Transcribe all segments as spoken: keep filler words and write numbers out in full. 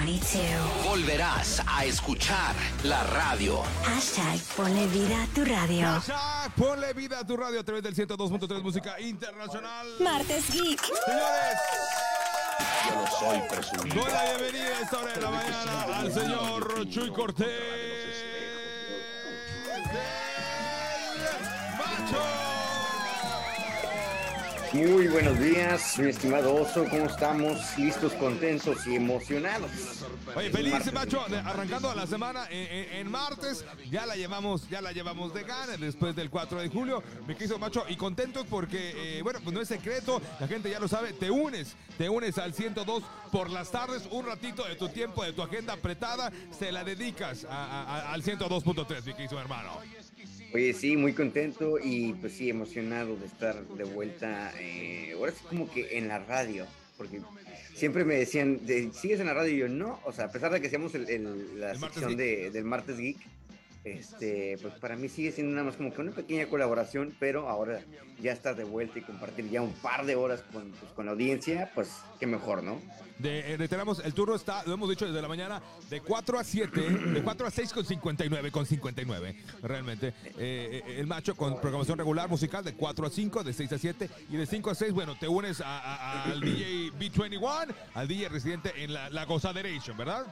veintidós. Volverás a escuchar la radio. Hashtag ponle vida a tu radio. Hashtag ponle vida a tu radio a través del ciento dos punto tres Música Internacional. Martes Geek. Señores, Yo no soy presumido. doy la bienvenida a esta hora de la mañana al señor Chuy Cortés. del Macho. Muy buenos días, mi estimado Oso, ¿cómo estamos? Listos, contentos y emocionados. Oye, feliz, Macho, de- arrancando a la semana en, en- en martes, ya la llevamos, ya la llevamos de gana después del cuatro de julio, mi querido Macho, y contentos porque, eh, bueno, pues no es secreto, la gente ya lo sabe, te unes, te unes al ciento dos por las tardes, un ratito de tu tiempo, de tu agenda apretada, se la dedicas a- a- a- al ciento dos punto tres, mi querido hermano. Oye, sí, muy contento y pues sí, emocionado de estar de vuelta, eh, ahora sí como que en la radio, porque siempre me decían, de, ¿sigues en la radio? Y yo, no, o sea, a pesar de que hacíamos el, el- la El Martes sección de, del Martes Geek, este, pues para mí sigue siendo nada más como que una pequeña colaboración, pero ahora ya estar de vuelta y compartir ya un par de horas con, pues, con la audiencia, pues qué mejor, ¿no? De, eh, reiteramos, el turno está, lo hemos dicho desde la mañana, de cuatro a siete, de cuatro a seis con cincuenta y nueve, con cincuenta y nueve, realmente. Eh, eh, el Macho con programación regular musical de cuatro a cinco, de seis a siete y de cinco a seis, bueno, te unes a- a- al D J B veintiuno, al D J residente en la, la Gozaderation, ¿verdad?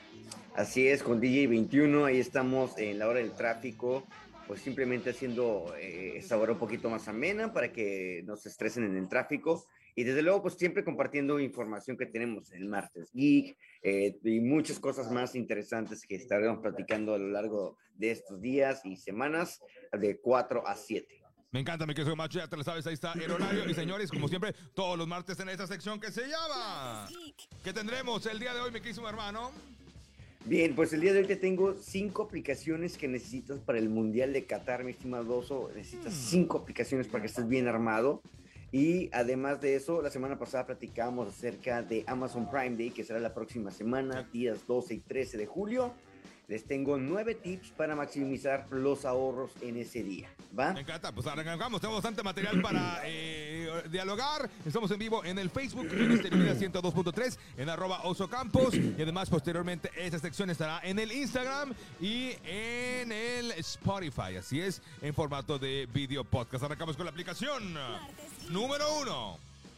Así es, con D J veintiuno, ahí estamos en la hora del tráfico, pues simplemente haciendo eh, esta hora un poquito más amena para que no se estresen en el tráfico. Y desde luego, pues siempre compartiendo información que tenemos en el Martes Geek eh, y muchas cosas más interesantes que estaremos platicando a lo largo de estos días y semanas de cuatro a siete. Me encanta, mi querido Macho, ya te lo sabes, ahí está el horario. Y señores, como siempre, todos los martes en esta sección que se llama... ¿Qué tendremos el día de hoy, mi querido hermano? Bien, pues el día de hoy te tengo cinco aplicaciones que necesitas para el Mundial de Qatar, mi estimado Oso. Necesitas cinco aplicaciones para que estés bien armado. Y además de eso, la semana pasada platicábamos acerca de Amazon Prime Day, que será la próxima semana, días doce y trece de julio. Les tengo nueve tips para maximizar los ahorros en ese día, ¿va? Me encanta, pues arrancamos, tenemos bastante material para eh, dialogar. Estamos en vivo en el Facebook, en Esterilidad ciento dos punto tres, en arroba Oso Campos. Y además, posteriormente, esta sección estará en el Instagram y en el Spotify. Así es, en formato de video podcast. Arrancamos con la aplicación número uno.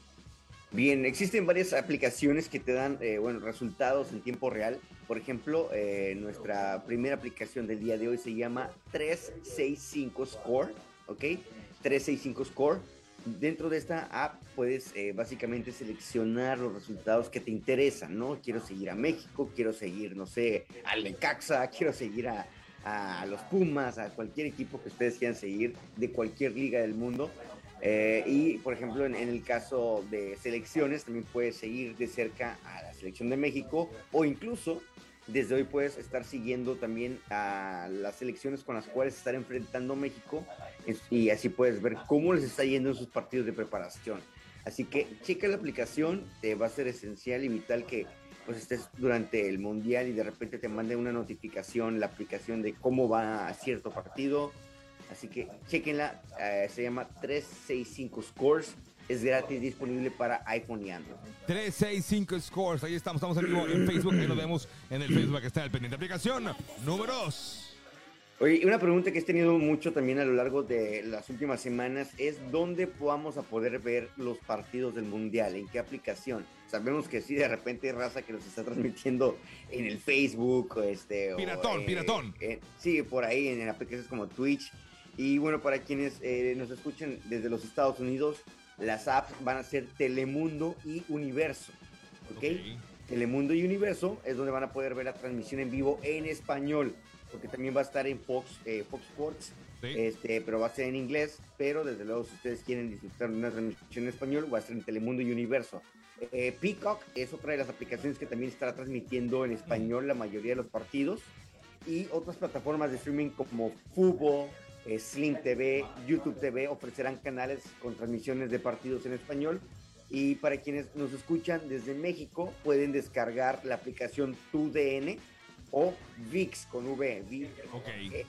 Bien, existen varias aplicaciones que te dan, eh, bueno, resultados en tiempo real. Por ejemplo, eh, nuestra primera aplicación del día de hoy se llama trescientos sesenta y cinco Score, ¿ok? trescientos sesenta y cinco Score. Dentro de esta app puedes eh, básicamente seleccionar los resultados que te interesan, ¿no? Quiero seguir a México, quiero seguir, no sé, al Necaxa, quiero seguir a, a los Pumas, a cualquier equipo que ustedes quieran seguir de cualquier liga del mundo. Eh, y, por ejemplo, en, en el caso de selecciones, también puedes seguir de cerca a la selección de México o incluso desde hoy puedes estar siguiendo también a las selecciones con las cuales estar enfrentando México y así puedes ver cómo les está yendo en sus partidos de preparación. Así que checa la aplicación, te va a ser esencial y vital que pues estés durante el Mundial y de repente te mande una notificación la aplicación de cómo va cierto partido. Así que chequenla, eh, se llama trescientos sesenta y cinco Scores, es gratis, disponible para iPhone y Android. trescientos sesenta y cinco Scores, ahí estamos, estamos en vivo en Facebook, ahí lo vemos en el Facebook que está al pendiente. Aplicación número dos. Oye, y una pregunta que he tenido mucho también a lo largo de las últimas semanas es ¿dónde vamos a poder ver los partidos del Mundial? ¿En qué aplicación? Sabemos que sí, de repente hay raza que los está transmitiendo en el Facebook. Este, Piratón, o, eh, piratón. eh, sí, por ahí en, en aplicaciones como Twitch. Y bueno, para quienes eh, nos escuchan desde los Estados Unidos, las apps van a ser Telemundo y Universo, ¿ok? Ok. Telemundo y Universo es donde van a poder ver la transmisión en vivo en español, porque también va a estar en Fox, eh, Fox Sports, Sí. este, pero va a ser en inglés, pero desde luego si ustedes quieren disfrutar de una transmisión en español, va a ser en Telemundo y Universo. Eh, Peacock es otra de las aplicaciones que también estará transmitiendo en español la mayoría de los partidos, y otras plataformas de streaming como Fubo, eh, Sling T V, YouTube T V ofrecerán canales con transmisiones de partidos en español. Y para quienes nos escuchan desde México, pueden descargar la aplicación Tu D N o VIX con V, V, Ok. eh,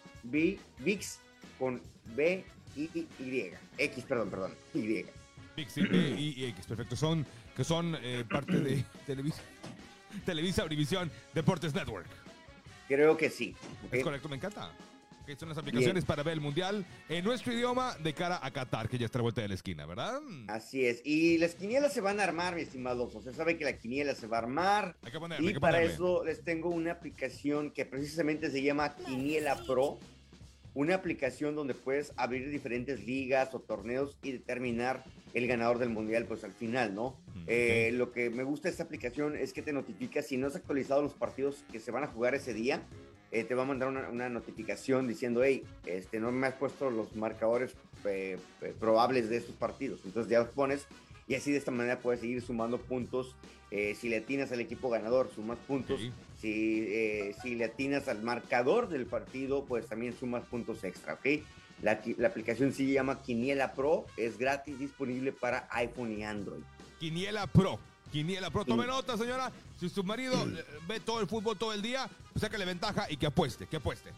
V- VIX con B y Y, X, perdón, perdón, Y. Pixel, E y X, perfecto. Son, que son eh, parte de Televisa. Televisa, Univisión, Deportes Network. Creo que sí. Es ¿okay? correcto, me encanta. Que son las aplicaciones Bien. para ver el Mundial en nuestro idioma de cara a Qatar, que ya está a la vuelta de la esquina, ¿verdad? Así es. Y las quinielas se van a armar, mi estimado. Usted sabe que la quiniela se va a armar. Hay que ponerle, y hay que para ponerle. eso les tengo una aplicación que precisamente se llama Quiniela Pro. Una aplicación donde puedes abrir diferentes ligas o torneos y determinar el ganador del mundial, pues al final, ¿no? Okay. Eh, lo que me gusta de esta aplicación es que te notifica si no has actualizado los partidos que se van a jugar ese día. Eh, te va a mandar una, una notificación diciendo, hey, este, no me has puesto los marcadores eh, eh, probables de estos partidos. Entonces ya los pones y así de esta manera puedes seguir sumando puntos. Eh, si le atinas al equipo ganador, sumas puntos. Sí. Si, eh, si le atinas al marcador del partido, pues también sumas puntos extra, ¿ok? La, la aplicación se llama Quiniela Pro, es gratis, disponible para iPhone y Android. Quiniela Pro. Quiniela Pro, tome nota, señora. Si su marido ve todo el fútbol todo el día, pues sácale ventaja y que apueste, que apueste.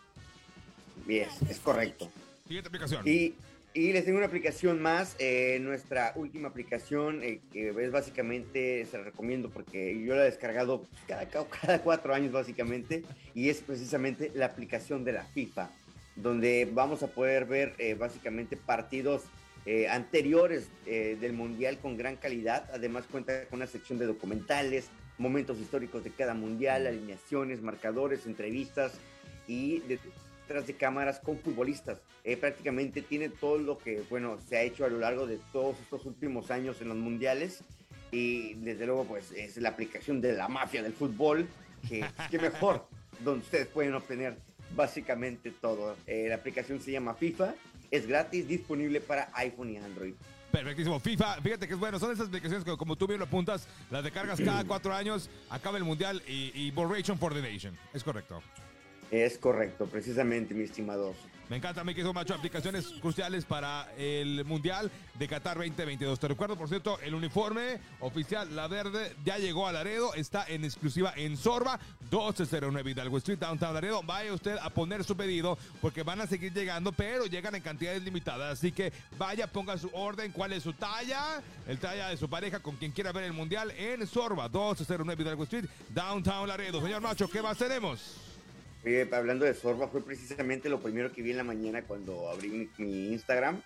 Bien, es correcto. Siguiente aplicación. Y, y les tengo una aplicación más, eh, nuestra última aplicación, eh, que es básicamente, se la recomiendo porque yo la he descargado cada, cada cuatro años básicamente, y es precisamente la aplicación de la FIFA, donde vamos a poder ver eh, básicamente partidos Eh, anteriores eh, del Mundial con gran calidad. Además cuenta con una sección de documentales, momentos históricos de cada Mundial, alineaciones, marcadores, entrevistas y detrás de cámaras con futbolistas. Eh, prácticamente tiene todo lo que, bueno, se ha hecho a lo largo de todos estos últimos años en los Mundiales, y desde luego pues es la aplicación de la mafia del fútbol, que, que mejor, donde ustedes pueden obtener básicamente todo. Eh, la aplicación se llama FIFA. Es gratis, disponible para iPhone y Android. Perfectísimo. FIFA, fíjate que es bueno. Son esas aplicaciones que, como tú bien lo apuntas, las descargas cada cuatro años, acaba el Mundial y, y borration for the nation. Es correcto. Es correcto, precisamente, mi estimado. Me encanta, me quiso macho, aplicaciones cruciales para el Mundial de Qatar veinte veintidós. Te recuerdo, por cierto, el uniforme oficial, la verde, ya llegó a Laredo, está en exclusiva en Sorba, doce cero nueve Hidalgo Street, Downtown Laredo. Vaya usted a poner su pedido, porque van a seguir llegando, pero llegan en cantidades limitadas. Así que vaya, ponga su orden, cuál es su talla, el talla de su pareja, con quien quiera ver el Mundial en Sorba, doce cero nueve Hidalgo Street, Downtown Laredo. Señor Macho, ¿qué más tenemos? Oye, hablando de Sorba, fue precisamente lo primero que vi en la mañana cuando abrí mi, mi Instagram.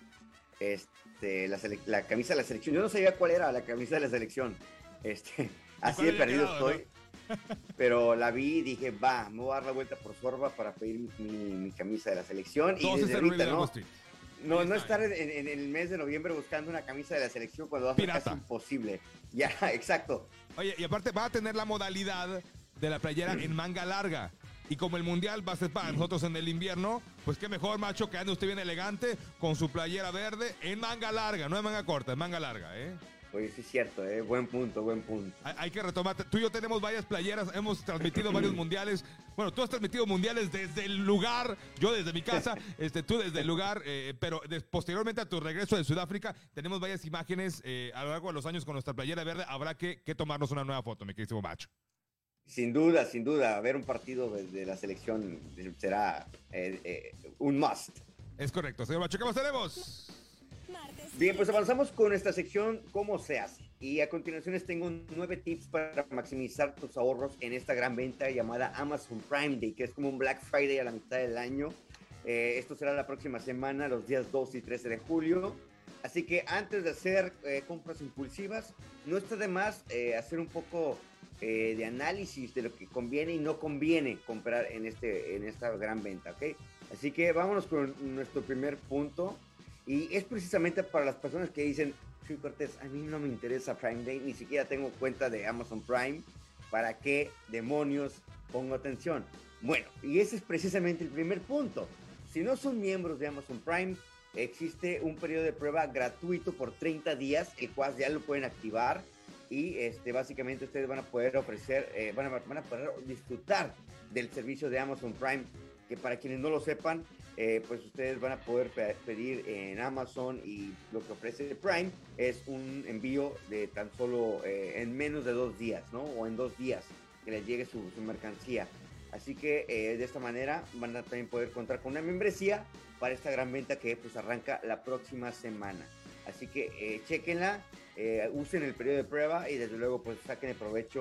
Este, la, sele- la camisa de la selección. Yo no sabía cuál era la camisa de la selección. Este, así de perdido quedado, estoy. ¿No? Pero la vi y dije, va, me voy a dar la vuelta por Sorba para pedir mi, mi, mi camisa de la selección. Y desde ahorita, ¿no? No, no estar en, en, en el mes de noviembre buscando una camisa de la selección cuando va a ser casi imposible. Ya, exacto. Oye, y aparte va a tener la modalidad de la playera en manga larga. Y como el Mundial va a ser para nosotros en el invierno, pues qué mejor, macho, que ande usted bien elegante con su playera verde en manga larga, no en manga corta, en manga larga, ¿eh? Oye, sí es cierto, ¿eh? Buen punto, buen punto. Hay, hay que retomar. Tú y yo tenemos varias playeras, hemos transmitido varios mundiales. Bueno, tú has transmitido mundiales desde el lugar, yo desde mi casa, este, tú desde el lugar, eh, pero de, posteriormente a tu regreso de Sudáfrica, tenemos varias imágenes eh, a lo largo de los años con nuestra playera verde. Habrá que, que tomarnos una nueva foto, mi querido macho. Sin duda, sin duda, ver un partido de, de la selección será eh, eh, un must. Es correcto, señor Macho, ¿qué más tenemos? Bien, pues avanzamos con esta sección, ¿cómo se hace? Y a continuación les tengo nueve tips para maximizar tus ahorros en esta gran venta llamada Amazon Prime Day, que es como un Black Friday a la mitad del año. Eh, esto será la próxima semana, los días dos y trece de julio. Así que antes de hacer eh, compras impulsivas, no está de más eh, hacer un poco eh, de análisis de lo que conviene y no conviene comprar en, este, en esta gran venta, ¿ok? Así que vámonos con nuestro primer punto, y es precisamente para las personas que dicen, Chuy Cortés, a mí no me interesa Prime Day, ni siquiera tengo cuenta de Amazon Prime, ¿para qué demonios pongo atención? Bueno, y ese es precisamente el primer punto. Si no son miembros de Amazon Prime, existe un periodo de prueba gratuito por treinta días, el cual ya lo pueden activar, y este, básicamente ustedes van a poder ofrecer, eh, van, a, van a poder disfrutar del servicio de Amazon Prime, que para quienes no lo sepan, eh, pues ustedes van a poder pe- pedir en Amazon, y lo que ofrece Prime es un envío de tan solo eh, en menos de dos días, ¿no? O en dos días que les llegue su, su mercancía. Así que eh, de esta manera van a también poder contar con una membresía para esta gran venta que pues arranca la próxima semana. Así que eh, chequenla, eh, usen el periodo de prueba y desde luego pues saquen el provecho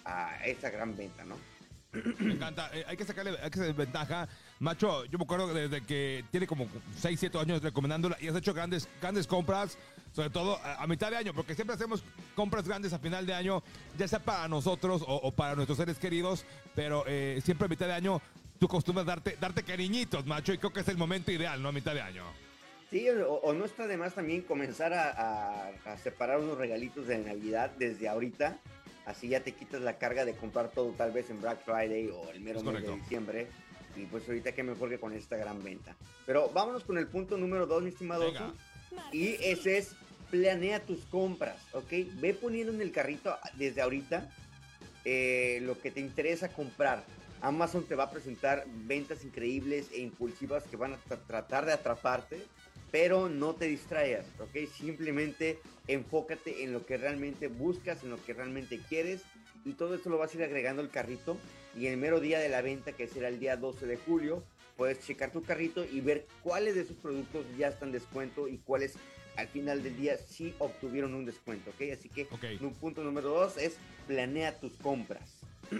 a esa gran venta, ¿no? Me encanta, eh, hay que sacarle, hay que sacarle ventaja. Macho, yo me acuerdo que desde que tiene como seis, siete años recomendándola y has hecho grandes, grandes compras, sobre todo a, a mitad de año, porque siempre hacemos compras grandes a final de año, ya sea para nosotros o, o para nuestros seres queridos, pero eh, siempre a mitad de año tú acostumbras darte, darte cariñitos, macho, y creo que es el momento ideal, ¿no? A mitad de año. Sí, o, o no está de más también comenzar a, a, a separar unos regalitos de Navidad desde ahorita. Así ya te quitas la carga de comprar todo tal vez en Black Friday o el mero mes de diciembre. Y pues ahorita qué mejor que con esta gran venta. Pero vámonos con el punto número dos, mi estimado Oso. Y ese es, planea tus compras, ¿ok? Ve poniendo en el carrito desde ahorita eh, lo que te interesa comprar. Amazon te va a presentar ventas increíbles e impulsivas que van a tra- tratar de atraparte, pero no te distraigas, ¿ok? Simplemente enfócate en lo que realmente buscas, en lo que realmente quieres, y todo esto lo vas a ir agregando al carrito, y el mero día de la venta, que será el día doce de julio, puedes checar tu carrito y ver cuáles de esos productos ya están en descuento y cuáles al final del día sí obtuvieron un descuento, ¿ok? Así que okay. Un punto número dos es planea tus compras.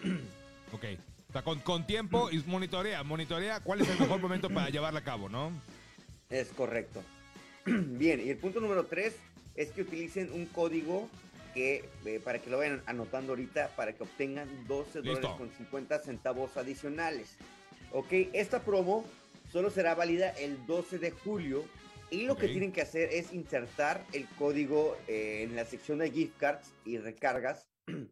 Ok, o sea, con, con tiempo y monitorea, monitorea cuál es el mejor momento para llevarla a cabo, ¿no? Es correcto. Bien, y el punto número tres es que utilicen un código que, eh, para que lo vayan anotando ahorita, para que obtengan doce dólares con cincuenta centavos adicionales. Ok, esta promo solo será válida el doce de julio y lo okay. que tienen que hacer es insertar el código eh, en la sección de gift cards y recargas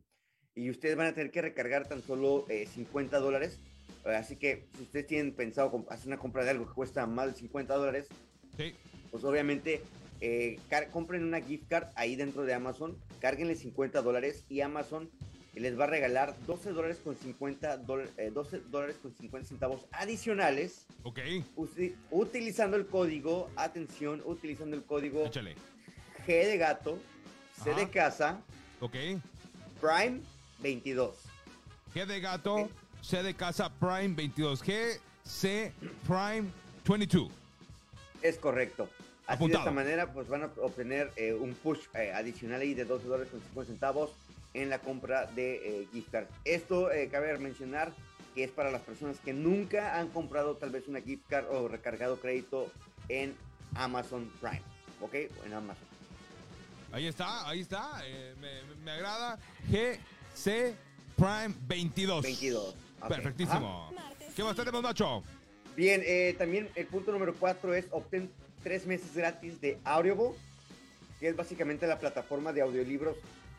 y ustedes van a tener que recargar tan solo eh, cincuenta dólares. Así que si ustedes tienen pensado hacer una compra de algo que cuesta más de cincuenta dólares, sí. pues obviamente eh, car- compren una gift card ahí dentro de Amazon, cárguenle cincuenta dólares y Amazon les va a regalar doce dólares con cincuenta, eh, doce dólares con cincuenta centavos adicionales. Ok. Usi- utilizando el código, atención, utilizando el código Échale. G de gato, C Ajá. de casa, ok. Prime veintidós. G de gato. Okay. C de casa Prime veintidós. G C Prime veintidós. Es correcto. Así Apuntado. De esta manera pues van a obtener eh, un push eh, adicional ahí de doce dólares con cincuenta centavos en la compra de eh, gift card. Esto eh, cabe mencionar que es para las personas que nunca han comprado tal vez una gift card o recargado crédito en Amazon Prime. ¿Ok? O en Amazon. Ahí está, ahí está. Eh, me, me agrada. G C Prime veintidós. veintidós. Okay. Perfectísimo. Ajá. ¿Qué más tenemos, Nacho? Bien, eh, también el punto número cuatro es obtén tres meses gratis de Audible, que es básicamente la plataforma de audiolibros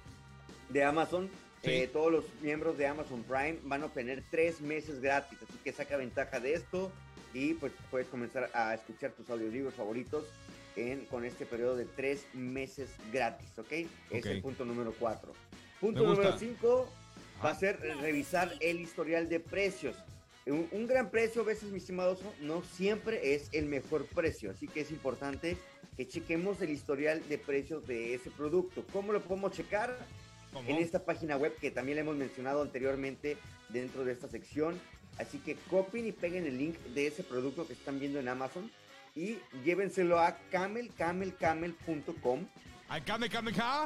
de Amazon. Sí. Eh, todos los miembros de Amazon Prime van a obtener tres meses gratis, así que saca ventaja de esto y pues puedes comenzar a escuchar tus audiolibros favoritos en, con este periodo de tres meses gratis, ¿ok? okay. Es el punto número cuatro. Punto número cinco va a ser revisar el historial de precios. Un, un gran precio, a veces, mi estimado, no siempre es el mejor precio, así que es importante que chequemos el historial de precios de ese producto. ¿Cómo lo podemos checar? ¿Cómo? En esta página web que también le hemos mencionado anteriormente dentro de esta sección. Así que copien y peguen el link de ese producto que están viendo en Amazon y llévenselo a camel camel camel punto com. ¿A camel camel camel?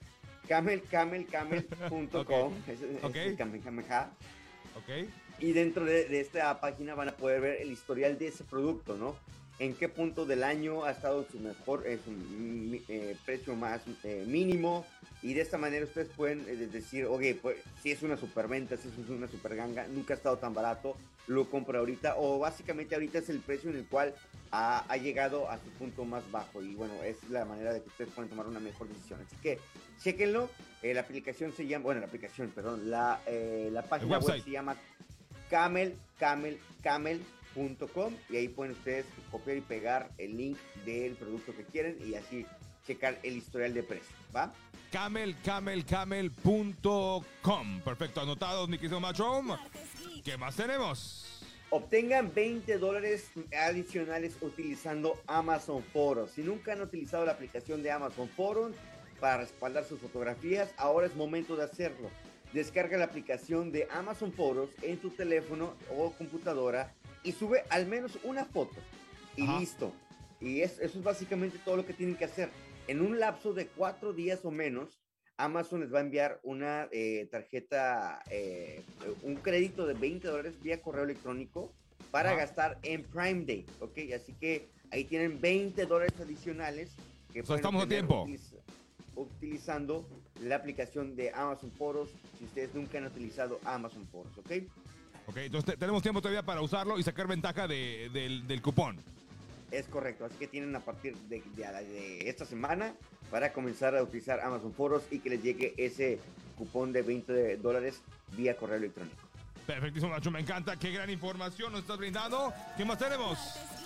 camel camel camel punto com. Okay. Es, okay. es camel camel camel. Ok. Y dentro de, de esta página van a poder ver el historial de ese producto, ¿no? En qué punto del año ha estado su mejor, eh, su eh, precio más eh, mínimo. Y de esta manera ustedes pueden eh, decir, oye, pues si es una superventa, si es una super ganga, nunca ha estado tan barato, lo compro ahorita. O básicamente ahorita es el precio en el cual ha, ha llegado a su punto más bajo. Y bueno, es la manera de que ustedes pueden tomar una mejor decisión. Así que chéquenlo. Eh, la aplicación se llama, bueno, la aplicación, perdón, la, eh, la página web se llama camel camel camel punto com y ahí pueden ustedes copiar y pegar el link del producto que quieren y así checar el historial de precio, ¿va? camel camel camel punto com. Perfecto, anotados, mi querido Macho. ¿Qué más tenemos? Obtengan veinte dólares adicionales utilizando Amazon Photos. Si nunca han utilizado la aplicación de Amazon Photos para respaldar sus fotografías, ahora es momento de hacerlo. Descarga la aplicación de Amazon Photos en tu teléfono o computadora y sube al menos una foto y Ajá. listo. Y es, eso es básicamente todo lo que tienen que hacer. En un lapso de cuatro días o menos, Amazon les va a enviar una eh, tarjeta, eh, un crédito de veinte dólares vía correo electrónico para Ah. gastar en Prime Day, ¿ok? Así que ahí tienen veinte dólares adicionales que O sea, pueden estamos a obtener tiempo. utiliz- utilizando la aplicación de Amazon Foros si ustedes nunca han utilizado Amazon Foros, ¿ok? Ok, entonces te- tenemos tiempo todavía para usarlo y sacar ventaja de- del, del cupón. Es correcto, así que tienen a partir de, de- de esta semana para comenzar a utilizar Amazon Foros y que les llegue ese cupón de veinte dólares vía correo electrónico. Perfectísimo, Macho, me encanta. Qué gran información nos estás brindando. ¿Qué más tenemos?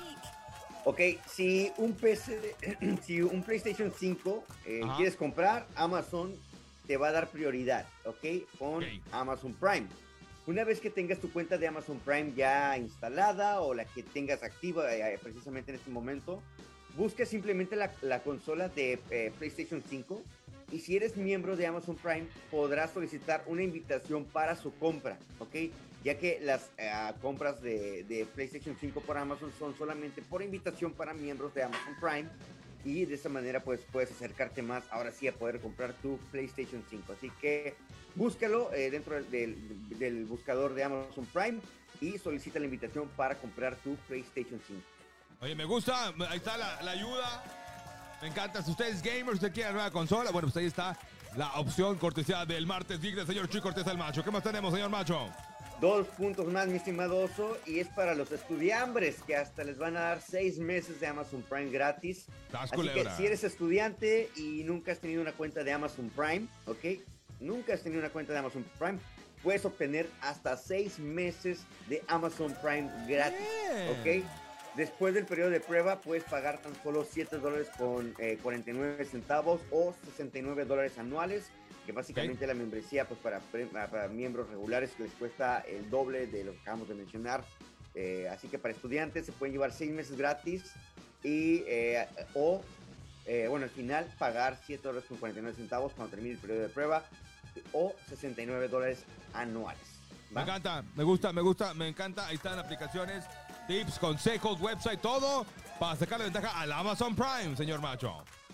Ok, si un P C, si un PlayStation cinco eh, Ajá. quieres comprar, Amazon te va a dar prioridad, ¿ok? Con Ok. Amazon Prime. Una vez que tengas tu cuenta de Amazon Prime ya instalada o la que tengas activa eh, precisamente en este momento, busca simplemente la, la consola de eh, PlayStation cinco y si eres miembro de Amazon Prime podrás solicitar una invitación para su compra, ¿ok? Ya que las eh, compras de, de PlayStation cinco por Amazon son solamente por invitación para miembros de Amazon Prime y de esa manera pues puedes acercarte más ahora sí a poder comprar tu PlayStation cinco. Así que búscalo eh, dentro del, del, del buscador de Amazon Prime y solicita la invitación para comprar tu PlayStation cinco. Oye, me gusta. Ahí está la, la ayuda. Me encanta. Si usted es gamer, usted quiere una nueva consola, bueno, pues ahí está la opción cortesía del martes Geek del señor Chuy Cortés el Macho. ¿Qué más tenemos, señor Macho? Dos puntos más, mi estimado Oso, y es para los estudiambres que hasta les van a dar seis meses de Amazon Prime gratis. Das Así culebra. que si eres estudiante y nunca has tenido una cuenta de Amazon Prime, ¿ok? Nunca has tenido una cuenta de Amazon Prime, puedes obtener hasta seis meses de Amazon Prime gratis, Bien. ¿ok? Después del periodo de prueba puedes pagar tan solo siete dólares con eh, cuarenta y nueve centavos o sesenta y nueve dólares anuales, que básicamente la membresía pues para, pre- para miembros regulares les cuesta el doble de lo que acabamos de mencionar. Eh, así que para estudiantes se pueden llevar seis meses gratis y eh, o eh, bueno al final pagar siete dólares con cuarenta y nueve centavos cuando termine el periodo de prueba o sesenta y nueve dólares anuales. Me ¿va? encanta, me gusta, me gusta, me encanta. Ahí están aplicaciones, tips, consejos, website, todo para sacarle ventaja al Amazon Prime, señor Macho.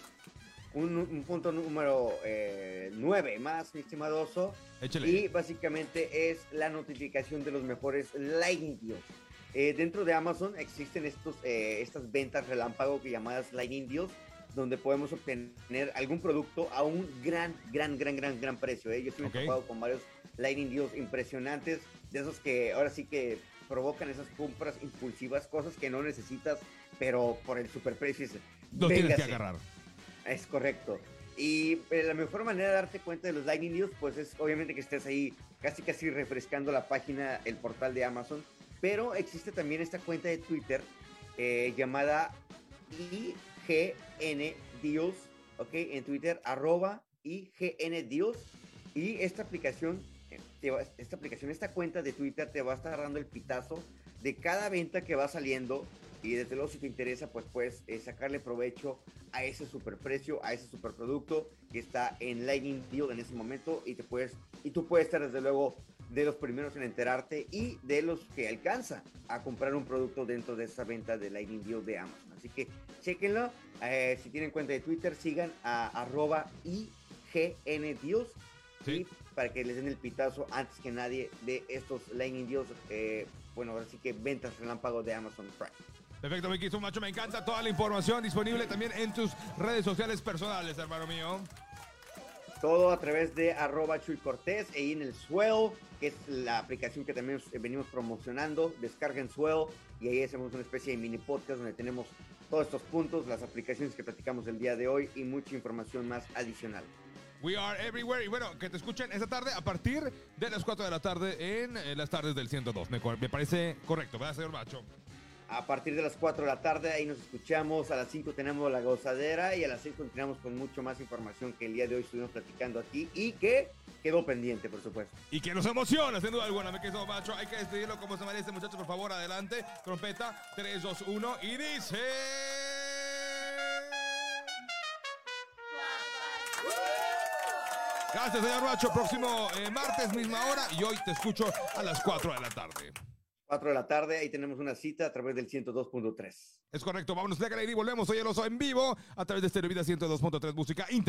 Un, un punto número eh, nueve más, mi estimado Oso. Échele. Y básicamente es la notificación de los mejores Lightning Deals. Eh, dentro de Amazon existen estos, eh, estas ventas relámpago que llamadas Lightning Deals, donde podemos obtener algún producto a un gran, gran, gran, gran, gran precio. ¿eh? Yo estoy Ok. topado con varios Lightning Deals impresionantes, de esos que ahora sí que provocan esas compras impulsivas, cosas que no necesitas, pero por el superprecio. dices, Lo tienes que "Véngase". agarrar. Es correcto. Y eh, la mejor manera de darte cuenta de los Lightning News, pues es obviamente que estés ahí casi casi refrescando la página, el portal de Amazon. Pero existe también esta cuenta de Twitter eh, llamada I G N Deals, ¿ok? En Twitter, arroba I G N Deals. Y esta aplicación, eh, te va- esta aplicación, esta cuenta de Twitter te va a estar dando el pitazo de cada venta que va saliendo. Y desde luego, si te interesa, pues puedes eh, sacarle provecho a ese superprecio, a ese superproducto que está en Lightning Deal en ese momento. Y, te puedes, y tú puedes estar, desde luego, de los primeros en enterarte y de los que alcanza a comprar un producto dentro de esa venta de Lightning Deal de Amazon. Así que chequenlo. Eh, si tienen cuenta de Twitter, sigan a arroba I G N Deals. Sí. Y para que les den el pitazo antes que nadie de estos Lightning Deals. Eh, bueno, ahora sí que ventas relámpago de Amazon Prime. Perfecto, Vicky, su Macho, me encanta toda la información disponible también en tus redes sociales personales, hermano mío. Todo a través de arroba Chuy Cortés e en el Swell, que es la aplicación que también venimos promocionando. Descarguen Swell y ahí hacemos una especie de mini podcast donde tenemos todos estos puntos, las aplicaciones que platicamos el día de hoy y mucha información más adicional. We are everywhere. Y bueno, que te escuchen esta tarde a partir de las cuatro de la tarde en eh, las tardes del ciento dos. Me, co- me parece correcto, ¿verdad, señor Macho? A partir de las cuatro de la tarde, ahí nos escuchamos. A las cinco tenemos la gozadera y a las seis continuamos con mucho más información que el día de hoy estuvimos platicando aquí y que quedó pendiente, por supuesto. Y que nos emociona, sin duda alguna, me quedo Macho. Hay que despedirlo como se merece, muchachos, por favor, adelante. Trompeta, tres, dos, uno y dice... Gracias, señor Macho. Próximo eh, martes, misma hora. Y hoy te escucho a las cuatro de la tarde. cuatro de la tarde, ahí tenemos una cita a través del ciento dos punto tres. Es correcto. Vámonos, déjale y volvemos. Soy el Oso en vivo a través de Stereo Vida ciento dos punto tres Música Inter.